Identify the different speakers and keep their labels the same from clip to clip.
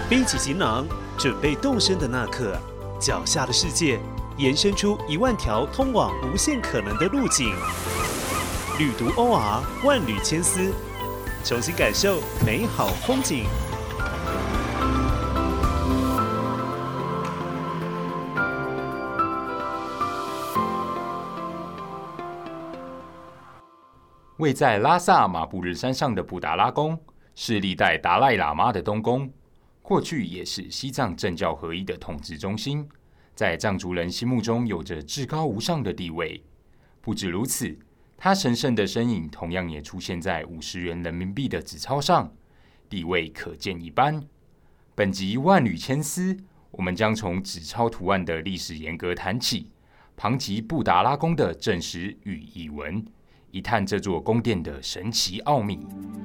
Speaker 1: 背起行囊，准备动身的那刻，脚下的世界延伸出10000条通往无限可能的路径。旅读 OR 万缕千丝，重新感受美好风景。
Speaker 2: 位在拉萨马布日山上的布达拉宫，是历代达赖喇嘛的东宫，过去也是西藏政教合一的统治中心，在藏族人心目中有着至高无上的地位。不止如此，他神圣的身影同样也出现在50元人民币的纸钞上，地位可见一斑。本集万缕千丝，我们将从纸钞图案的历史沿革谈起，旁及布达拉宫的正史与译文，一探这座宫殿的神奇奥秘。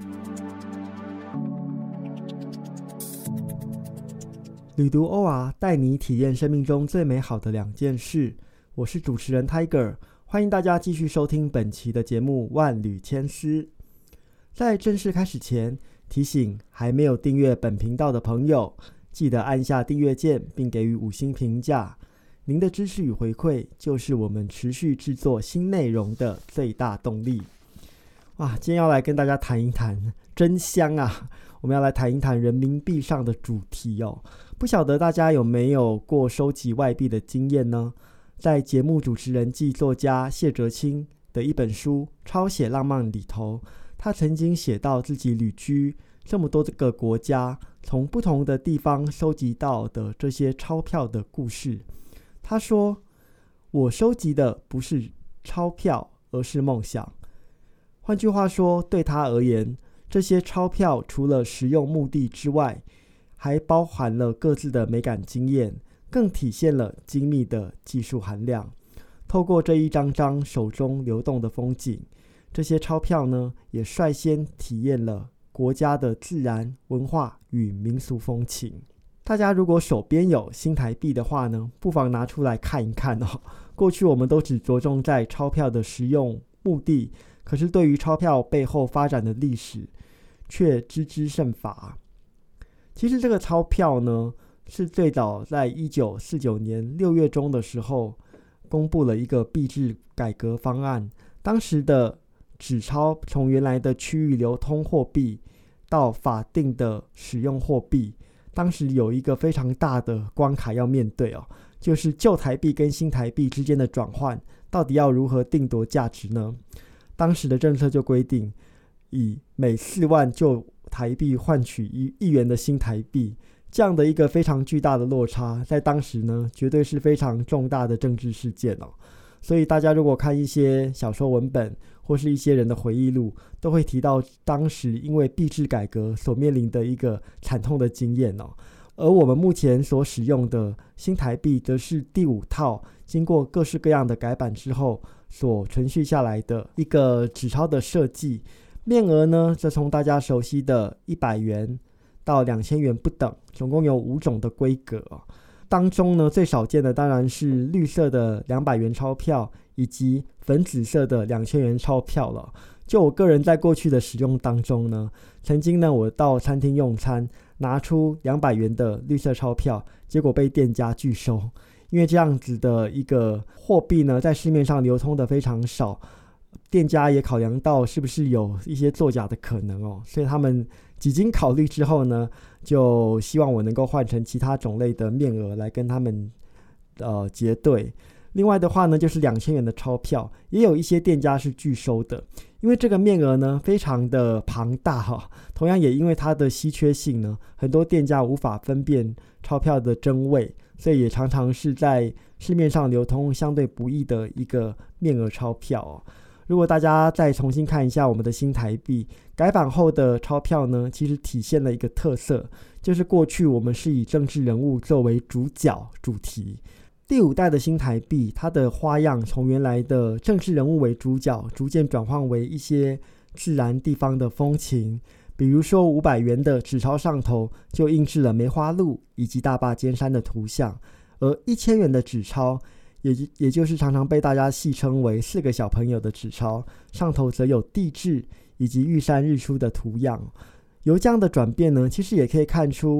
Speaker 3: 旅读 OR 带你体验生命中最美好的2件事。我是主持人 Tiger， 欢迎大家继续收听本期的节目万缕千丝。在正式开始前，提醒还没有订阅本频道的朋友，记得按下订阅键并给予5星评价。您的支持与回馈就是我们持续制作新内容的最大动力。哇，今天要来跟大家谈一谈，真香啊！我们要来谈一谈人民币上的主题哦。不晓得大家有没有过收集外币的经验呢？在节目主持人暨作家谢哲青的一本书《抄写浪漫》里头，他曾经写到自己旅居这么多个国家，从不同的地方收集到的这些钞票的故事。他说，我收集的不是钞票，而是梦想。换句话说，对他而言，这些钞票除了实用目的之外，还包含了各自的美感经验，更体现了精密的技术含量。透过这一张张手中流动的风景，这些钞票呢，也率先体验了国家的自然、文化与民俗风情。大家如果手边有新台币的话呢，不妨拿出来看一看哦。过去我们都只着重在钞票的实用目的，可是对于钞票背后发展的历史却知之甚乏。其实这个钞票呢，是最早在1949年6月中的时候公布了一个币制改革方案。当时的纸钞从原来的区域流通货币到法定的使用货币，当时有一个非常大的关卡要面对哦，就是旧台币跟新台币之间的转换，到底要如何定夺价值呢？当时的政策就规定，以每4万旧台币换取1元的新台币，这样的一个非常巨大的落差，在当时呢，绝对是非常重大的政治事件哦。所以大家如果看一些小说文本或是一些人的回忆录，都会提到当时因为币制改革所面临的一个惨痛的经验哦。而我们目前所使用的新台币，则是第5套经过各式各样的改版之后所存续下来的一个纸钞的设计。面额呢，则从大家熟悉的100元到2000元不等，总共有5种的规格哦。当中呢，最少见的当然是绿色的200元钞票以及粉紫色的2000元钞票了。就我个人在过去的使用当中呢，曾经呢，我到餐厅用餐，拿出200元的绿色钞票，结果被店家拒收，因为这样子的一个货币呢，在市面上流通的非常少，店家也考量到是不是有一些作假的可能哦，所以他们几经考虑之后呢，就希望我能够换成其他种类的面额来跟他们结对。另外的话呢，就是2000元的钞票，也有一些店家是拒收的，因为这个面额呢非常的庞大哈。同样也因为它的稀缺性呢，很多店家无法分辨钞票的真伪，所以也常常是在市面上流通相对不易的一个面额钞票哦。如果大家再重新看一下我们的新台币改版后的钞票呢，其实体现了一个特色，就是过去我们是以政治人物作为主角主题。第5代的新台币，它的花样从原来的政治人物为主角，逐渐转换为一些自然地方的风情。比如说500元的纸钞上头就印制了梅花鹿以及大坝尖山的图像，而1000元的纸钞也就是常常被大家戏称为4个小朋友的纸钞，上头则有地质以及玉山日出的图样。由这样的转变呢，其实也可以看出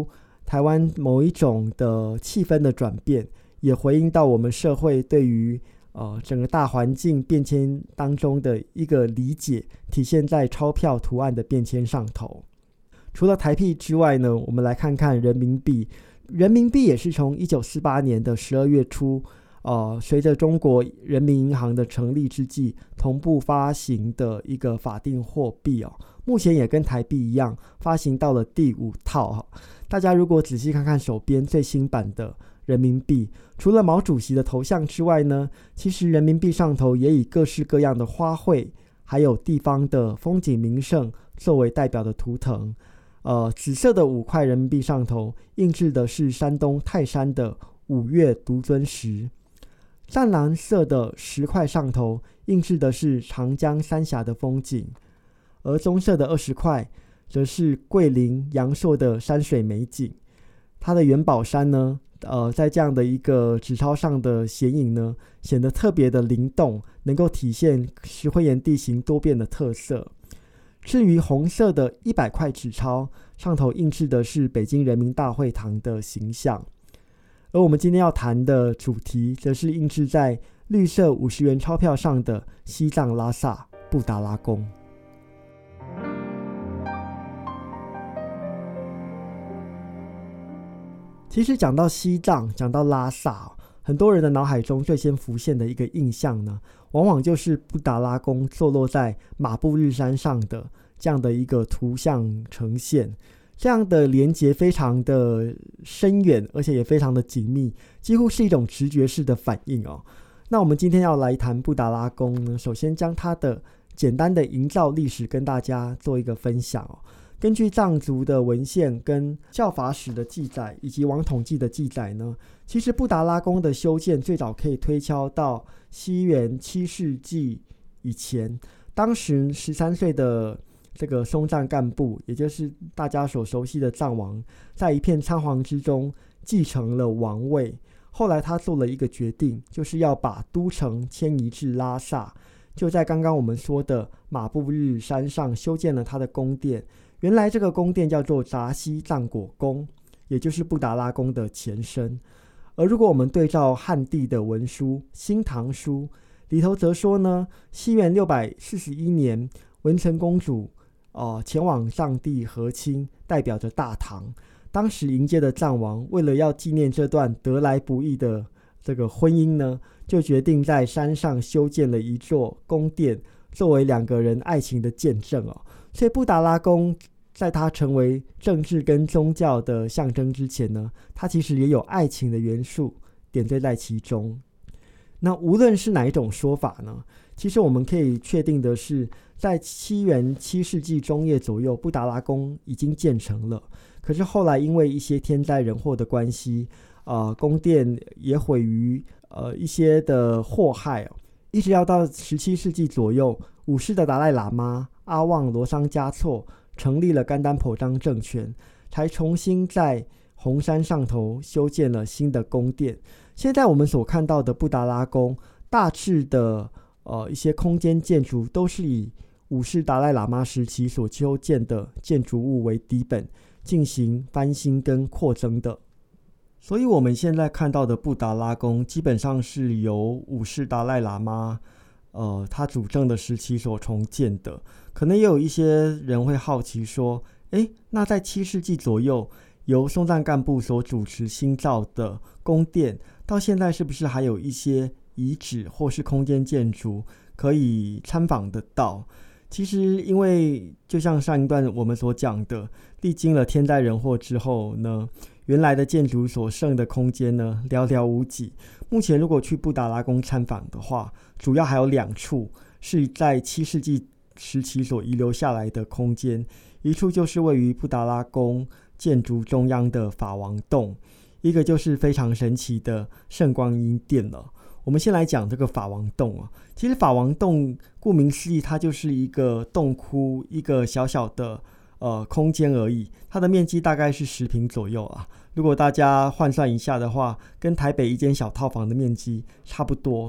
Speaker 3: 台湾某一种的气氛的转变，也回应到我们社会对于整个大环境变迁当中的一个理解，体现在钞票图案的变迁上头。除了台币之外呢，我们来看看人民币。人民币也是从1948年的12月初随着中国人民银行的成立之际同步发行的一个法定货币目前也跟台币一样发行到了第5套大家如果仔细看看手边最新版的人民币，除了毛主席的头像之外呢，其实人民币上头也以各式各样的花卉还有地方的风景名胜作为代表的图腾。紫色的5块人民币上头印制的是山东泰山的5岳独尊石，湛蓝色的10块上头印制的是长江三峡的风景，而棕色的20块则是桂林阳朔的山水美景。它的元宝山呢，在这样的一个纸钞上的显影呢，显得特别的灵动，能够体现石灰岩地形多变的特色。至于红色的100块纸钞，上头印制的是北京人民大会堂的形象。而我们今天要谈的主题，则是印制在绿色50元钞票上的西藏拉萨布达拉宫。其实讲到西藏，讲到拉萨，很多人的脑海中最先浮现的一个印象呢，往往就是布达拉宫坐落在马布日山上的这样的一个图像呈现。这样的连结非常的深远，而且也非常的紧密，几乎是一种直觉式的反应那我们今天要来谈布达拉宫呢，首先将它的简单的营造历史跟大家做一个分享根据藏族的文献跟教法史的记载以及王统记的记载呢，其实布达拉宫的修建最早可以推敲到西元7世纪以前。当时13岁的这个松赞干布，也就是大家所熟悉的藏王，在一片仓皇之中继承了王位。后来他做了一个决定，就是要把都城迁移至拉萨，就在刚刚我们说的马布日山上修建了他的宫殿。原来这个宫殿叫做扎西藏果宫，也就是布达拉宫的前身。而如果我们对照汉地的文书《新唐书》里头则说呢，西元641年文成公主前往藏地和亲，代表着大唐。当时迎接的藏王为了要纪念这段得来不易的这个婚姻呢，就决定在山上修建了一座宫殿，作为2个人爱情的见证所以布达拉宫在它成为政治跟宗教的象征之前呢，它其实也有爱情的元素点缀在其中。那无论是哪一种说法呢，其实我们可以确定的是，在西元7世纪中叶左右，布达拉宫已经建成了。可是后来因为一些天灾人祸的关系，宫殿也毁于一些的祸害一直要到17世纪左右，五世的达赖喇嘛阿旺罗桑嘉措成立了甘丹普章政权，才重新在红山上头修建了新的宫殿。现在我们所看到的布达拉宫大致的一些空间建筑都是以五世达赖喇嘛时期所修建的建筑物为底本进行翻新跟扩增的。所以我们现在看到的布达拉宫基本上是由五世达赖喇嘛他主政的时期所重建的。可能也有一些人会好奇说，那在7世纪左右由松赞干布所主持新造的宫殿，到现在是不是还有一些遗址或是空间建筑可以参访得到？其实因为就像上一段我们所讲的，历经了天灾人祸之后呢，原来的建筑所剩的空间呢寥寥无几。目前如果去布达拉宫参访的话，主要还有2处是在7世纪时期所遗留下来的空间，一处就是位于布达拉宫建筑中央的法王洞，一个就是非常神奇的圣光阴殿了。我们先来讲这个法王洞其实法王洞顾名思义，它就是一个洞窟，一个小小的空间而已，它的面积大概是10坪左右如果大家换算一下的话，跟台北一间小套房的面积差不多。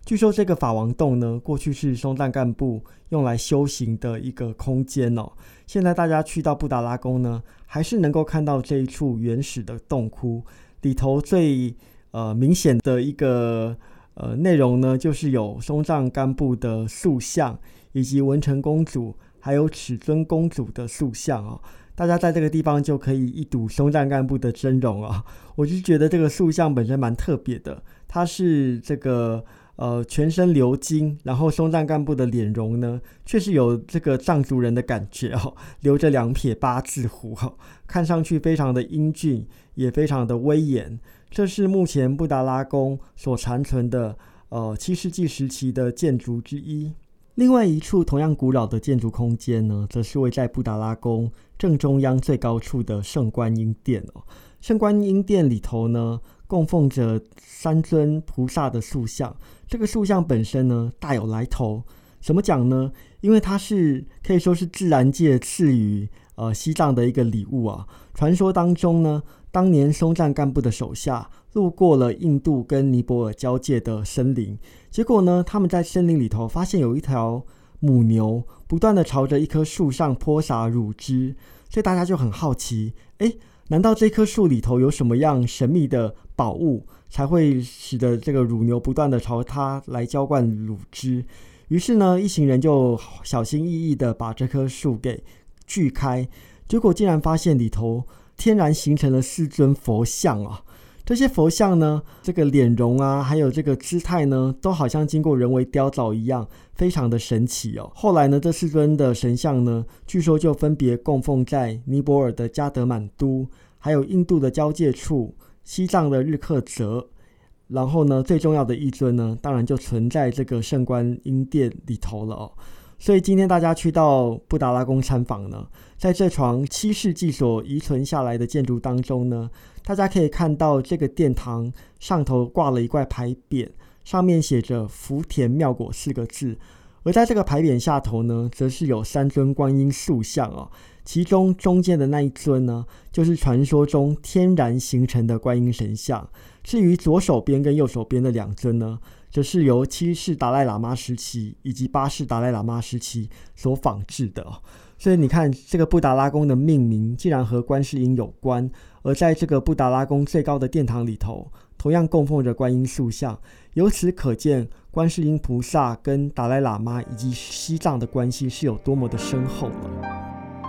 Speaker 3: 据说这个法王洞呢，过去是松赞干布用来修行的一个空间哦。现在大家去到布达拉宫呢，还是能够看到这一处原始的洞窟，里头最明显的一个内容呢，就是有松赞干布的塑像，以及文成公主还有尺尊公主的塑像哦。大家在这个地方就可以一睹松赞干布的真容啊！我就觉得这个塑像本身蛮特别的，它是这个全身鎏金，然后松赞干布的脸容呢，确实有这个藏族人的感觉哦，留着2撇8字胡哦，看上去非常的英俊，也非常的威严。这是目前布达拉宫所残存的7世纪时期的建筑之一。另外一处同样古老的建筑空间呢，则是位在布达拉宫正中央最高处的圣观音殿哦。圣观音殿里头呢，供奉着3尊菩萨的塑像。这个塑像本身呢，大有来头。怎么讲呢？因为它是可以说是自然界赐予西藏的一个礼物啊。传说当中呢，当年松赞干布的手下路过了印度跟尼泊尔交界的森林，结果呢，他们在森林里头发现有一条母牛不断的朝着一棵树上泼洒乳汁，所以大家就很好奇，难道这棵树里头有什么样神秘的宝物，才会使得这个乳牛不断的朝它来浇灌乳汁？于是呢，一行人就小心翼翼的把这棵树给锯开，结果竟然发现里头天然形成了4尊佛像啊！这些佛像呢，这个脸容啊，还有这个姿态呢，都好像经过人为雕凿一样，非常的神奇哦。后来呢，这4尊的神像呢，据说就分别供奉在尼泊尔的加德满都，还有印度的交界处，西藏的日喀则。然后呢，最重要的一尊呢，当然就存在这个圣观音殿里头了哦。所以今天大家去到布达拉宫参访呢，在这幢7世纪所遗存下来的建筑当中呢，大家可以看到这个殿堂上头挂了一块牌匾，上面写着福田妙果4个字。而在这个牌匾下头呢，则是有3尊观音塑像哦，其中中间的那一尊呢，就是传说中天然形成的观音神像。至于左手边跟右手边的2尊呢，则是由7世达赖喇嘛时期以及8世达赖喇嘛时期所仿制的哦。所以你看，这个布达拉宫的命名竟然和观世音有关，而在这个布达拉宫最高的殿堂里头，同样供奉着观音塑像。由此可见，观世音菩萨跟达赖喇嘛以及西藏的关系是有多么的深厚了。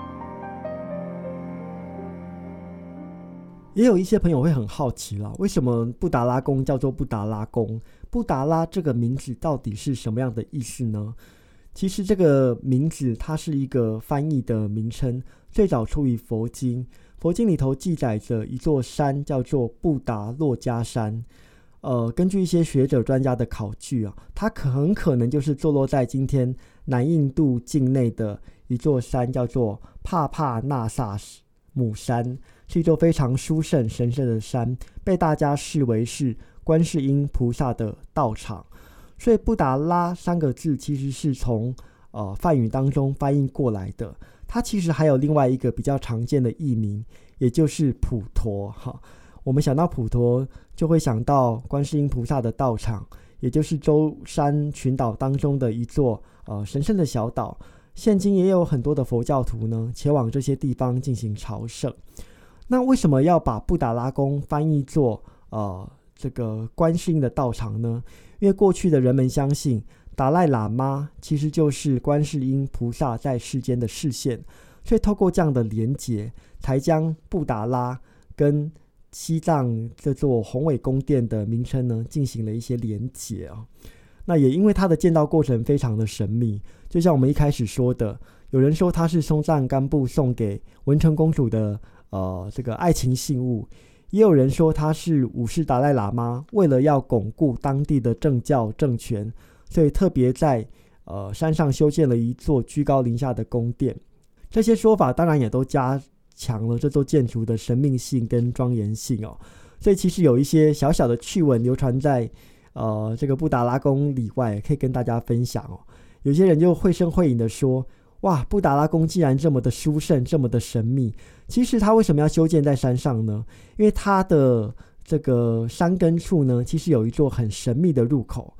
Speaker 3: 也有一些朋友会很好奇啦，为什么布达拉宫叫做布达拉宫？布达拉这个名字到底是什么样的意思呢？其实这个名字它是一个翻译的名称，最早出于佛经。佛经里头记载着一座山叫做布达洛迦山。根据一些学者专家的考据啊，它很可能就是坐落在今天南印度境内的一座山，叫做帕帕纳萨姆山，是一座非常殊胜神圣的山，被大家视为是观世音菩萨的道场。所以布达拉3个字其实是从梵语当中翻译过来的。它其实还有另外一个比较常见的译名，也就是普陀哈。我们想到普陀，就会想到观世音菩萨的道场，也就是舟山群岛当中的一座神圣的小岛。现今也有很多的佛教徒呢，前往这些地方进行朝圣。那为什么要把布达拉宫翻译作这个观世音的道场呢？因为过去的人们相信达赖喇嘛其实就是观世音菩萨在世间的视线，所以透过这样的连结，才将布达拉跟西藏这座宏伟宫殿的名称呢进行了一些连结啊。那也因为它的建造过程非常的神秘，就像我们一开始说的，有人说它是松赞干布送给文成公主的这个爱情信物，也有人说它是5世达赖喇嘛为了要巩固当地的政教政权，所以特别在山上修建了一座居高临下的宫殿。这些说法当然也都加强了这座建筑的神秘性跟庄严性哦。所以其实有一些小小的趣闻流传在这个布达拉宫里外，可以跟大家分享哦。有些人就绘声绘影的说，哇，布达拉宫既然这么的殊胜，这么的神秘，其实它为什么要修建在山上呢？因为它的这个山根处呢，其实有一座很神秘的入口。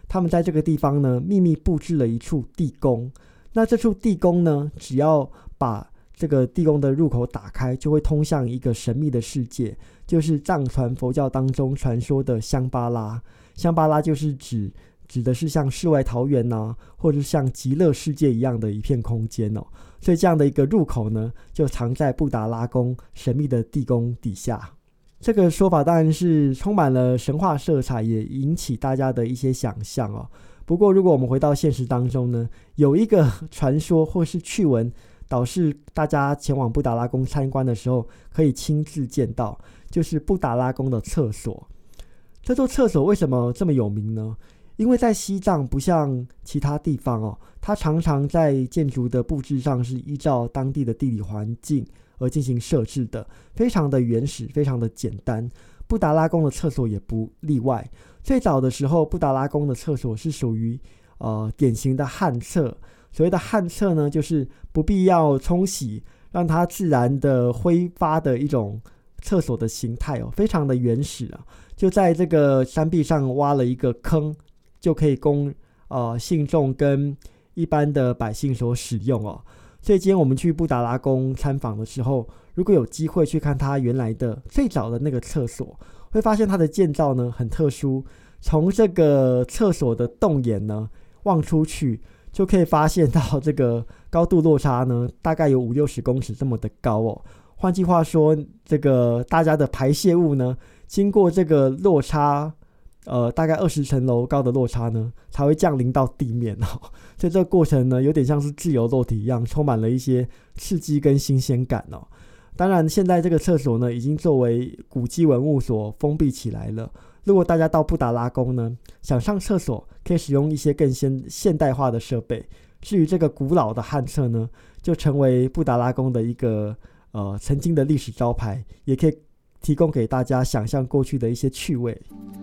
Speaker 3: 他们在这个地方呢秘密布置了一处地宫。那这处地宫呢，只要把这个地宫的入口打开，就会通向一个神秘的世界，就是藏传佛教当中传说的香巴拉。香巴拉就是指的是像世外桃源啊，或者是像极乐世界一样的一片空间哦。所以这样的一个入口呢，就藏在布达拉宫神秘的地宫底下。这个说法当然是充满了神话色彩，也引起大家的一些想象哦。不过如果我们回到现实当中呢，有一个传说或是趣闻，导致大家前往布达拉宫参观的时候可以亲自见到，就是布达拉宫的厕所。这座厕所为什么这么有名呢？因为在西藏不像其他地方哦，它常常在建筑的布置上是依照当地的地理环境而进行设置的，非常的原始，非常的简单。布达拉宫的厕所也不例外。最早的时候，布达拉宫的厕所是属于典型的旱厕。所谓的旱厕呢，就是不必要冲洗，让它自然的挥发的一种厕所的形态哦，非常的原始啊。就在这个山壁上挖了一个坑，就可以供信众跟一般的百姓所使用哦。所以今天我们去布达拉宫参访的时候，如果有机会去看它原来的最早的那个厕所，会发现它的建造呢很特殊。从这个厕所的洞眼呢望出去，就可以发现到这个高度落差呢大概有50-60公尺这么的高哦。换句话说，这个大家的排泄物呢，经过这个落差大概20层楼高的落差呢，才会降临到地面哦。所以这个过程呢，有点像是自由落体一样，充满了一些刺激跟新鲜感哦。当然，现在这个厕所呢，已经作为古迹文物所封闭起来了。如果大家到布达拉宫呢，想上厕所，可以使用一些更现代化的设备。至于这个古老的旱厕呢，就成为布达拉宫的一个曾经的历史招牌，也可以提供给大家想象过去的一些趣味。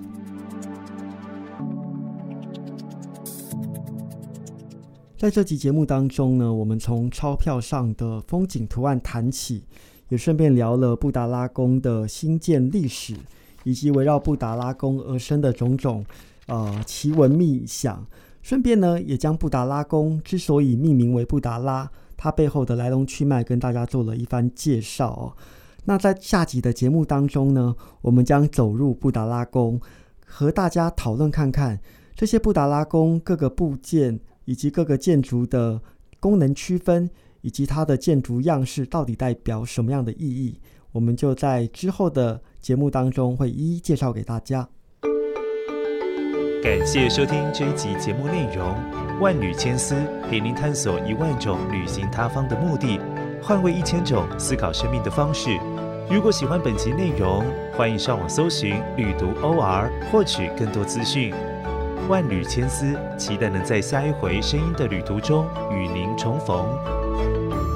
Speaker 3: 在这集节目当中呢，我们从钞票上的风景图案谈起，也顺便聊了布达拉宫的兴建历史，以及围绕布达拉宫而生的种种奇闻异想。顺便呢，也将布达拉宫之所以命名为布达拉，它背后的来龙去脉跟大家做了一番介绍哦。那在下集的节目当中呢，我们将走入布达拉宫，和大家讨论看看这些布达拉宫各个部件以及各个建筑的功能区分，以及它的建筑样式到底代表什么样的意义。我们就在之后的节目当中会一一介绍给大家。
Speaker 1: 感谢收听这一集节目内容，万缕千丝陪您探索10000种旅行他方的目的，换位1000种思考生命的方式。如果喜欢本集内容，欢迎上网搜寻旅读 OR 获取更多资讯。万缕千丝，期待能在下一回声音的旅途中与您重逢。